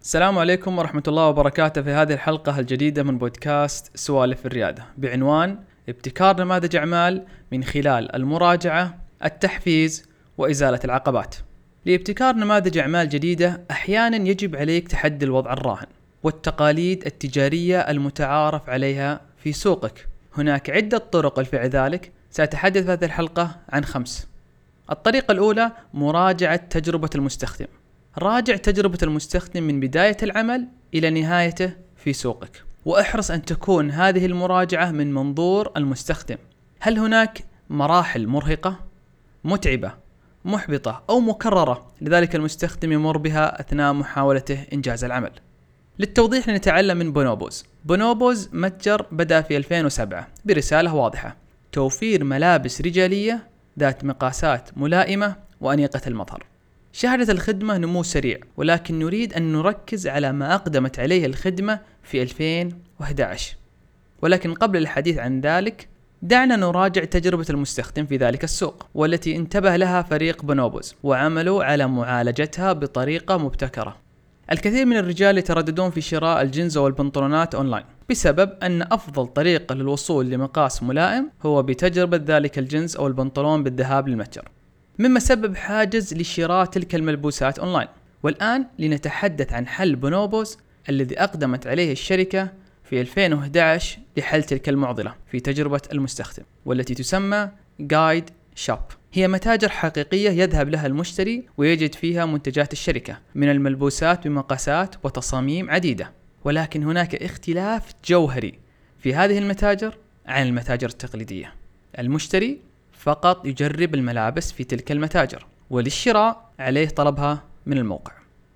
السلام عليكم ورحمة الله وبركاته. في هذه الحلقة الجديدة من بودكاست سوالف الريادة بعنوان ابتكار نماذج أعمال من خلال المراجعة، التحفيز، وإزالة العقبات. لابتكار نماذج أعمال جديدة أحيانا يجب عليك تحدي الوضع الراهن والتقاليد التجارية المتعارف عليها في سوقك. هناك عدة طرق لفعل ذلك، سأتحدث في هذه الحلقة عن 5. الطريقة الأولى مراجعة تجربة المستخدم. راجع تجربة المستخدم من بداية العمل إلى نهايته في سوقك، واحرص أن تكون هذه المراجعة من منظور المستخدم. هل هناك مراحل مرهقة، متعبة، محبطة أو مكررة لذلك المستخدم يمر بها أثناء محاولته إنجاز العمل؟ للتوضيح نتعلم من بونوبوز. بونوبوز متجر بدأ في 2007 برسالة واضحة: توفير ملابس رجالية ذات مقاسات ملائمة وأنيقة المظهر. شهدت الخدمة نمو سريع، ولكن نريد أن نركز على ما أقدمت عليه الخدمة في 2011. ولكن قبل الحديث عن ذلك دعنا نراجع تجربة المستخدم في ذلك السوق، والتي انتبه لها فريق بونوبوز وعملوا على معالجتها بطريقة مبتكرة. الكثير من الرجال يترددون في شراء الجينز والبنطلونات أونلاين بسبب أن أفضل طريقة للوصول لمقاس ملائم هو بتجربة ذلك الجينز أو البنطلون بالذهاب للمتجر، مما سبب حاجز لشراء تلك الملبوسات أونلاين. والآن لنتحدث عن حل بونوبوز الذي أقدمت عليه الشركة في 2011 لحل تلك المعضلة في تجربة المستخدم، والتي تسمى جايد شوب. هي متاجر حقيقية يذهب لها المشتري ويجد فيها منتجات الشركة من الملبوسات بمقاسات وتصاميم عديدة. ولكن هناك اختلاف جوهري في هذه المتاجر عن المتاجر التقليدية. المشتري فقط يجرب الملابس في تلك المتاجر، وللشراء عليه طلبها من الموقع.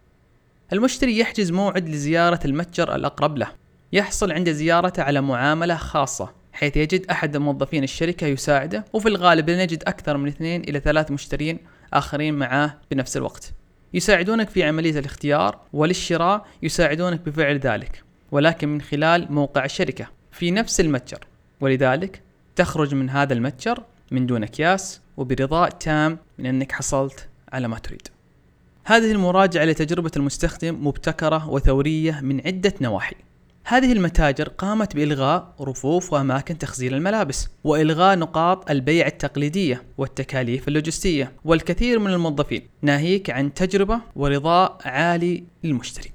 المشتري يحجز موعد لزيارة المتجر الأقرب له، يحصل عند زيارته على معاملة خاصة حيث يجد أحد موظفين الشركة يساعده، وفي الغالب نجد أكثر من 2 إلى 3 مشترين آخرين معاه بنفس الوقت يساعدونك في عملية الاختيار، وللشراء يساعدونك بفعل ذلك، ولكن من خلال موقع الشركة في نفس المتجر. ولذلك تخرج من هذا المتجر من دون أكياس وبرضاء تام من أنك حصلت على ما تريد. هذه المراجعة لتجربة المستخدم مبتكرة وثورية من عدة نواحي. هذه المتاجر قامت بإلغاء رفوف وأماكن تخزين الملابس، وإلغاء نقاط البيع التقليدية والتكاليف اللوجستية والكثير من الموظفين، ناهيك عن تجربة ورضاء عالي للمشتري.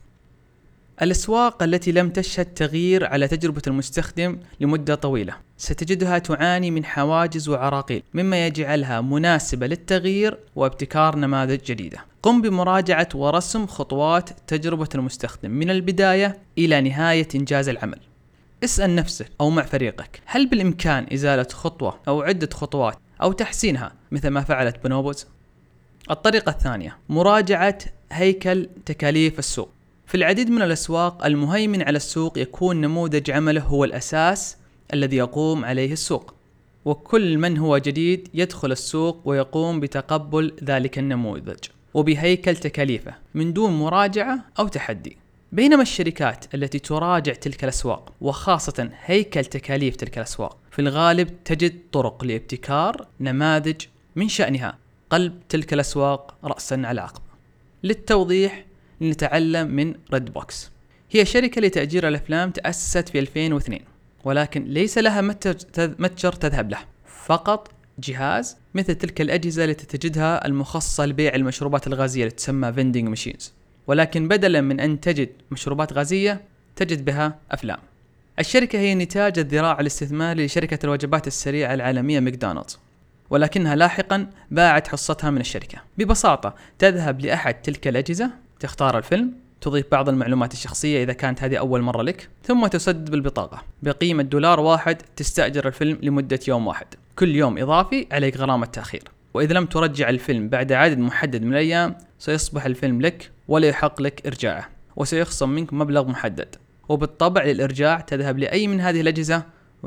الأسواق التي لم تشهد تغيير على تجربة المستخدم لمدة طويلة ستجدها تعاني من حواجز وعراقيل، مما يجعلها مناسبة للتغيير وابتكار نماذج جديدة. قم بمراجعة ورسم خطوات تجربة المستخدم من البداية إلى نهاية إنجاز العمل. اسأل نفسك أو مع فريقك: هل بالإمكان إزالة خطوة أو عدة خطوات أو تحسينها مثل ما فعلت بونوبوز؟ الطريقة الثانية مراجعة هيكل تكاليف السوق. في العديد من الأسواق المهيمن على السوق يكون نموذج عمله هو الأساس الذي يقوم عليه السوق، وكل من هو جديد يدخل السوق ويقوم بتقبل ذلك النموذج وبهيكل تكاليفه من دون مراجعة أو تحدي. بينما الشركات التي تراجع تلك الأسواق وخاصة هيكل تكاليف تلك الأسواق في الغالب تجد طرق لابتكار نماذج من شأنها قلب تلك الأسواق رأسا على عقب. للتوضيح نتعلم من ريدبوكس. هي شركة لتأجير الأفلام تأسست في 2002، ولكن ليس لها متجر تذهب له، فقط جهاز مثل تلك الأجهزة التي تجدها المخصصة لبيع المشروبات الغازية التي تسمى vending machines، ولكن بدلا من أن تجد مشروبات غازية تجد بها أفلام. الشركة هي نتاج الذراع الاستثماري لشركة الوجبات السريعة العالمية ماكدونالدز، ولكنها لاحقا باعت حصتها من الشركة. ببساطة تذهب لأحد تلك الأجهزة، تختار الفيلم، تضيف بعض المعلومات الشخصية إذا كانت هذه أول مرة لك، ثم تسدد بالبطاقة بقيمة $1. تستأجر الفيلم لمدة يوم واحد. كل يوم إضافي عليك غرامة تأخير، وإذا لم ترجع الفيلم بعد عدد محدد من الأيام سيصبح الفيلم لك ولا يحق لك إرجاعه، وسيخصم منك مبلغ محدد. وبالطبع للإرجاع تذهب لأي من هذه الأجهزة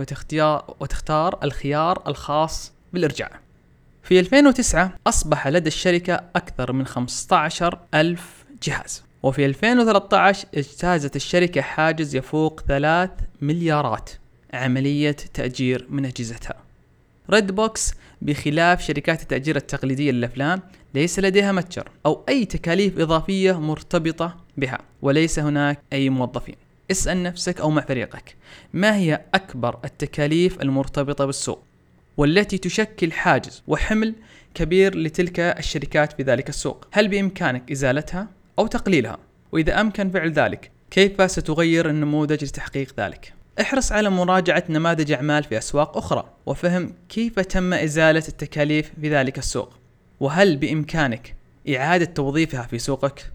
وتختار الخيار الخاص بالإرجاع. في 2009 أصبح لدى الشركة أكثر من 15,000 جهاز، وفي 2013 اجتازت الشركة حاجز يفوق 3 مليارات عملية تأجير من أجهزتها. ريدبوكس بخلاف شركات التأجير التقليدية للأفلام ليس لديها متجر أو أي تكاليف إضافية مرتبطة بها وليس هناك أي موظفين. اسأل نفسك أو مع فريقك: ما هي أكبر التكاليف المرتبطة بالسوق والتي تشكل حاجز وحمل كبير لتلك الشركات في ذلك السوق؟ هل بإمكانك إزالتها أو تقليلها؟ وإذا أمكن فعل ذلك، كيف ستغير النموذج لتحقيق ذلك؟ احرص على مراجعة نماذج أعمال في أسواق أخرى وفهم كيف تم إزالة التكاليف في ذلك السوق، وهل بإمكانك إعادة توظيفها في سوقك؟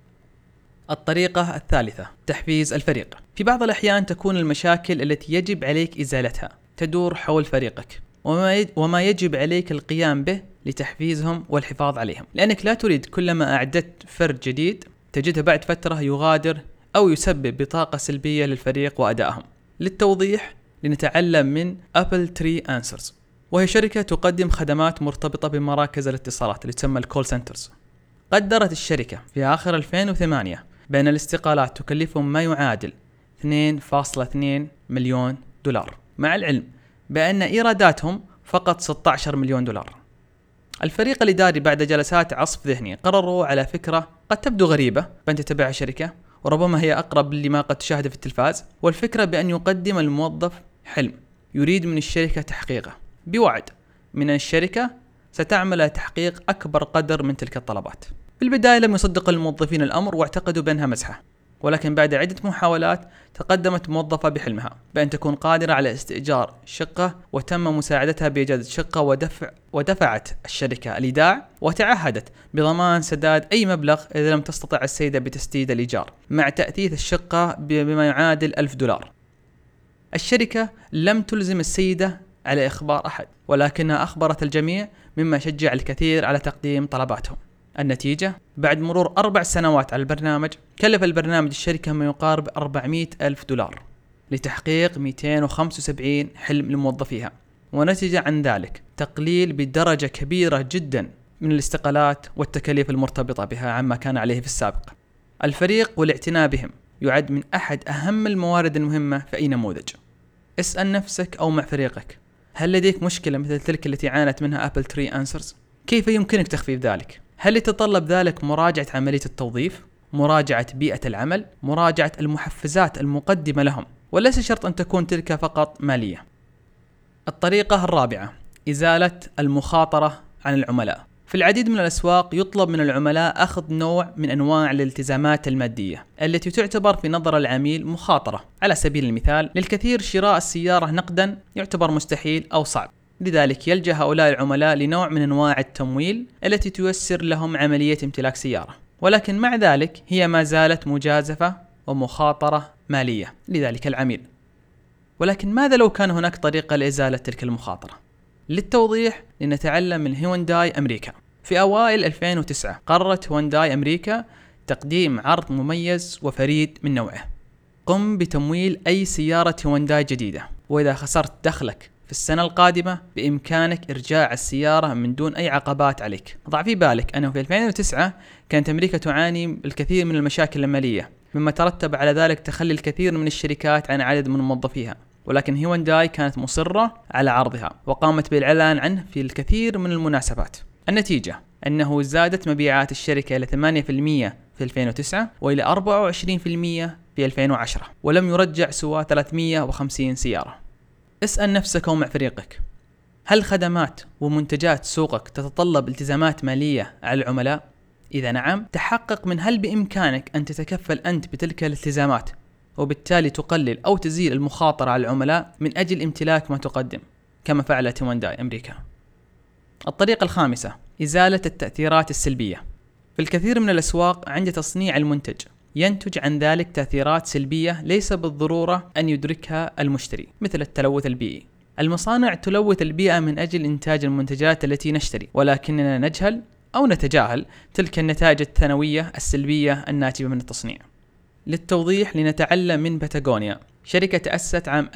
الطريقة الثالثة: تحفيز الفريق. في بعض الأحيان تكون المشاكل التي يجب عليك إزالتها تدور حول فريقك وما يجب عليك القيام به لتحفيزهم والحفاظ عليهم، لأنك لا تريد كلما أعددت فرد جديد تجده بعد فترة يغادر أو يسبب بطاقة سلبية للفريق وأدائهم. للتوضيح، لنتعلم من Apple Tree Answers، وهي شركة تقدم خدمات مرتبطة بمراكز الاتصالات اللي تسمى الكول سنترز. قدرت الشركة في آخر 2008 بأن الاستقالات تكلفهم ما يعادل 2.2 مليون دولار، مع العلم بأن إيراداتهم فقط 16 مليون دولار. الفريق الإداري بعد جلسات عصف ذهني قرروا على فكرة قد تبدو غريبة بأن تتبعها شركة، وربما هي أقرب لما قد تشاهده في التلفاز، والفكرة بأن يقدم الموظف حلم يريد من الشركة تحقيقه بوعد من الشركة ستعمل على تحقيق أكبر قدر من تلك الطلبات. في البداية لم يصدق الموظفين الأمر واعتقدوا بأنها مزحة، ولكن بعد عدة محاولات تقدمت موظفة بحلمها بأن تكون قادرة على استئجار شقة، وتم مساعدتها بإيجاد شقة ودفعت الشركة الإيداع وتعهدت بضمان سداد أي مبلغ إذا لم تستطع السيدة بتسديد الإيجار، مع تأثيث الشقة بما يعادل $1000. الشركة لم تلزم السيدة على إخبار أحد، ولكنها أخبرت الجميع، مما شجع الكثير على تقديم طلباتهم. النتيجة: بعد مرور 4 سنوات على البرنامج، كلف البرنامج الشركة ما يقارب $400,000 لتحقيق 275 حلم لموظفيها، ونتج عن ذلك تقليل بدرجة كبيرة جدا من الاستقالات والتكاليف المرتبطة بها عما كان عليه في السابق. الفريق والاعتناء بهم يعد من أحد أهم الموارد المهمة في أي نموذج. اسأل نفسك أو مع فريقك: هل لديك مشكلة مثل تلك التي عانت منها Apple Tree Answers؟ كيف يمكنك تخفيف ذلك؟ هل يتطلب ذلك مراجعة عملية التوظيف، مراجعة بيئة العمل، مراجعة المحفزات المقدمة لهم، وليس شرط أن تكون تلك فقط مالية؟ الطريقة الرابعة: إزالة المخاطرة عن العملاء. في العديد من الأسواق يطلب من العملاء أخذ نوع من أنواع الالتزامات المادية التي تعتبر في نظر العميل مخاطرة. على سبيل المثال، للكثير شراء السيارة نقدا يعتبر مستحيل أو صعب، لذلك يلجأ هؤلاء العملاء لنوع من أنواع التمويل التي تيسر لهم عملية امتلاك سيارة، ولكن مع ذلك هي ما زالت مجازفة ومخاطرة مالية لذلك العميل. ولكن ماذا لو كان هناك طريقة لإزالة تلك المخاطرة؟ للتوضيح، لنتعلم من هيونداي أمريكا. في أوائل 2009 قررت هيونداي أمريكا تقديم عرض مميز وفريد من نوعه: قم بتمويل أي سيارة هيونداي جديدة، وإذا خسرت دخلك في السنة القادمة بإمكانك إرجاع السيارة من دون أي عقبات عليك. ضع في بالك أنه في 2009 كانت أمريكا تعاني الكثير من المشاكل المالية، مما ترتب على ذلك تخلي الكثير من الشركات عن عدد من موظفيها، ولكن هيونداي كانت مصرة على عرضها وقامت بالإعلان عنه في الكثير من المناسبات. النتيجة أنه زادت مبيعات الشركة إلى 8% في 2009 وإلى 24% في 2010، ولم يرجع سوى 350 سيارة. اسأل نفسك ومع فريقك: هل خدمات ومنتجات سوقك تتطلب التزامات مالية على العملاء؟ إذا نعم، تحقق من هل بإمكانك أن تتكفل أنت بتلك الالتزامات، وبالتالي تقلل أو تزيل المخاطرة على العملاء من أجل امتلاك ما تقدم، كما فعلت هيونداي أمريكا. الطريقة الخامسة: إزالة التأثيرات السلبية. في الكثير من الأسواق عند تصنيع المنتج ينتج عن ذلك تأثيرات سلبية ليس بالضرورة أن يدركها المشتري، مثل التلوث البيئي. المصانع تلوث البيئة من أجل إنتاج المنتجات التي نشتري، ولكننا نجهل أو نتجاهل تلك النتائج الثانوية السلبية الناتجة من التصنيع. للتوضيح، لنتعلم من باتاغونيا، شركة تأسست عام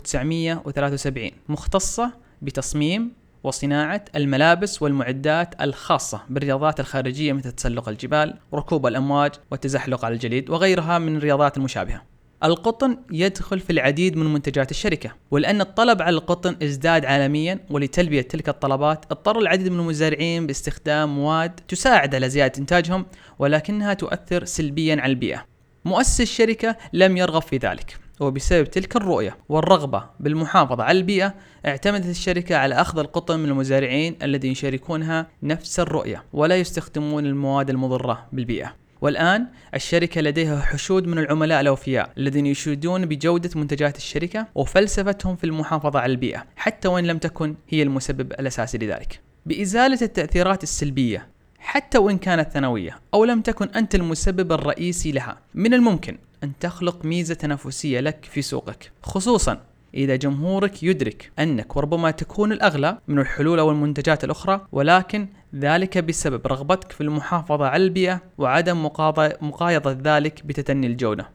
1973 مختصة بتصميم وصناعة الملابس والمعدات الخاصة بالرياضات الخارجية مثل تسلق الجبال وركوب الأمواج والتزحلق على الجليد وغيرها من الرياضات المشابهة. القطن يدخل في العديد من منتجات الشركة، ولأن الطلب على القطن ازداد عالميا، ولتلبية تلك الطلبات اضطر العديد من المزارعين باستخدام مواد تساعد على زيادة إنتاجهم، ولكنها تؤثر سلبيا على البيئة. مؤسس الشركة لم يرغب في ذلك، وبسبب تلك الرؤية والرغبة بالمحافظة على البيئة اعتمدت الشركة على أخذ القطن من المزارعين الذين يشاركونها نفس الرؤية ولا يستخدمون المواد المضرة بالبيئة. والآن الشركة لديها حشود من العملاء الأوفياء الذين يشيدون بجودة منتجات الشركة وفلسفتهم في المحافظة على البيئة، حتى وإن لم تكن هي المسبب الأساسي لذلك. بإزالة التأثيرات السلبية حتى وإن كانت ثانوية أو لم تكن أنت المسبب الرئيسي لها، من الممكن أن تخلق ميزة تنافسية لك في سوقك، خصوصا إذا جمهورك يدرك أنك وربما تكون الأغلى من الحلول أو المنتجات الأخرى، ولكن ذلك بسبب رغبتك في المحافظة على البيئة وعدم مقايضة ذلك بتدني الجودة.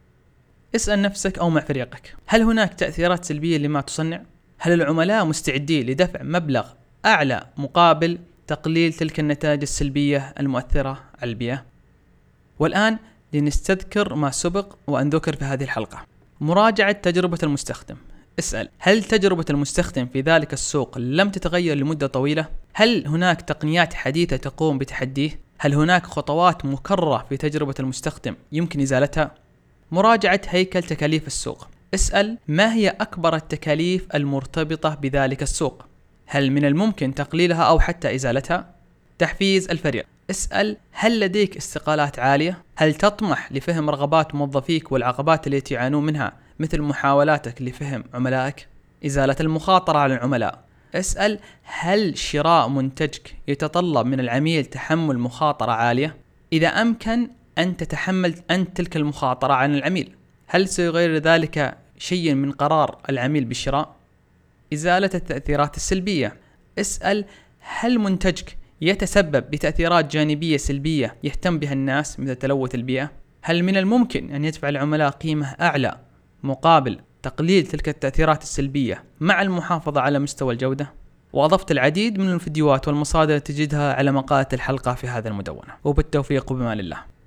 اسأل نفسك أو مع فريقك، هل هناك تأثيرات سلبية لما تصنع؟ هل العملاء مستعدين لدفع مبلغ أعلى مقابل تقليل تلك النتائج السلبية المؤثرة على البيئة؟ والآن لنستذكر ما سبق وأن ذكر في هذه الحلقة. مراجعة تجربة المستخدم. اسأل، هل تجربة المستخدم في ذلك السوق لم تتغير لمدة طويلة؟ هل هناك تقنيات حديثة تقوم بتحديه؟ هل هناك خطوات مكررة في تجربة المستخدم يمكن إزالتها؟ مراجعة هيكل تكاليف السوق. اسأل، ما هي أكبر التكاليف المرتبطة بذلك السوق؟ هل من الممكن تقليلها أو حتى إزالتها؟ تحفيز الفريق. اسأل، هل لديك استقالات عالية؟ هل تطمح لفهم رغبات موظفيك والعقبات التي يعانون منها مثل محاولاتك لفهم عملائك؟ إزالة المخاطرة على العملاء. اسأل، هل شراء منتجك يتطلب من العميل تحمل مخاطرة عالية؟ إذا أمكن أن تتحمل أنت تلك المخاطرة عن العميل، هل سيغير ذلك شيء من قرار العميل بالشراء؟ إزالة التأثيرات السلبية. اسأل، هل منتجك يتسبب بتأثيرات جانبية سلبية يهتم بها الناس مثل تلوث البيئة؟ هل من الممكن أن يدفع العملاء قيمة أعلى مقابل تقليل تلك التأثيرات السلبية مع المحافظة على مستوى الجودة؟ وأضفت العديد من الفيديوهات والمصادر تجدها على مقالة الحلقة في هذا المدونة، وبالتوفيق وبمان الله.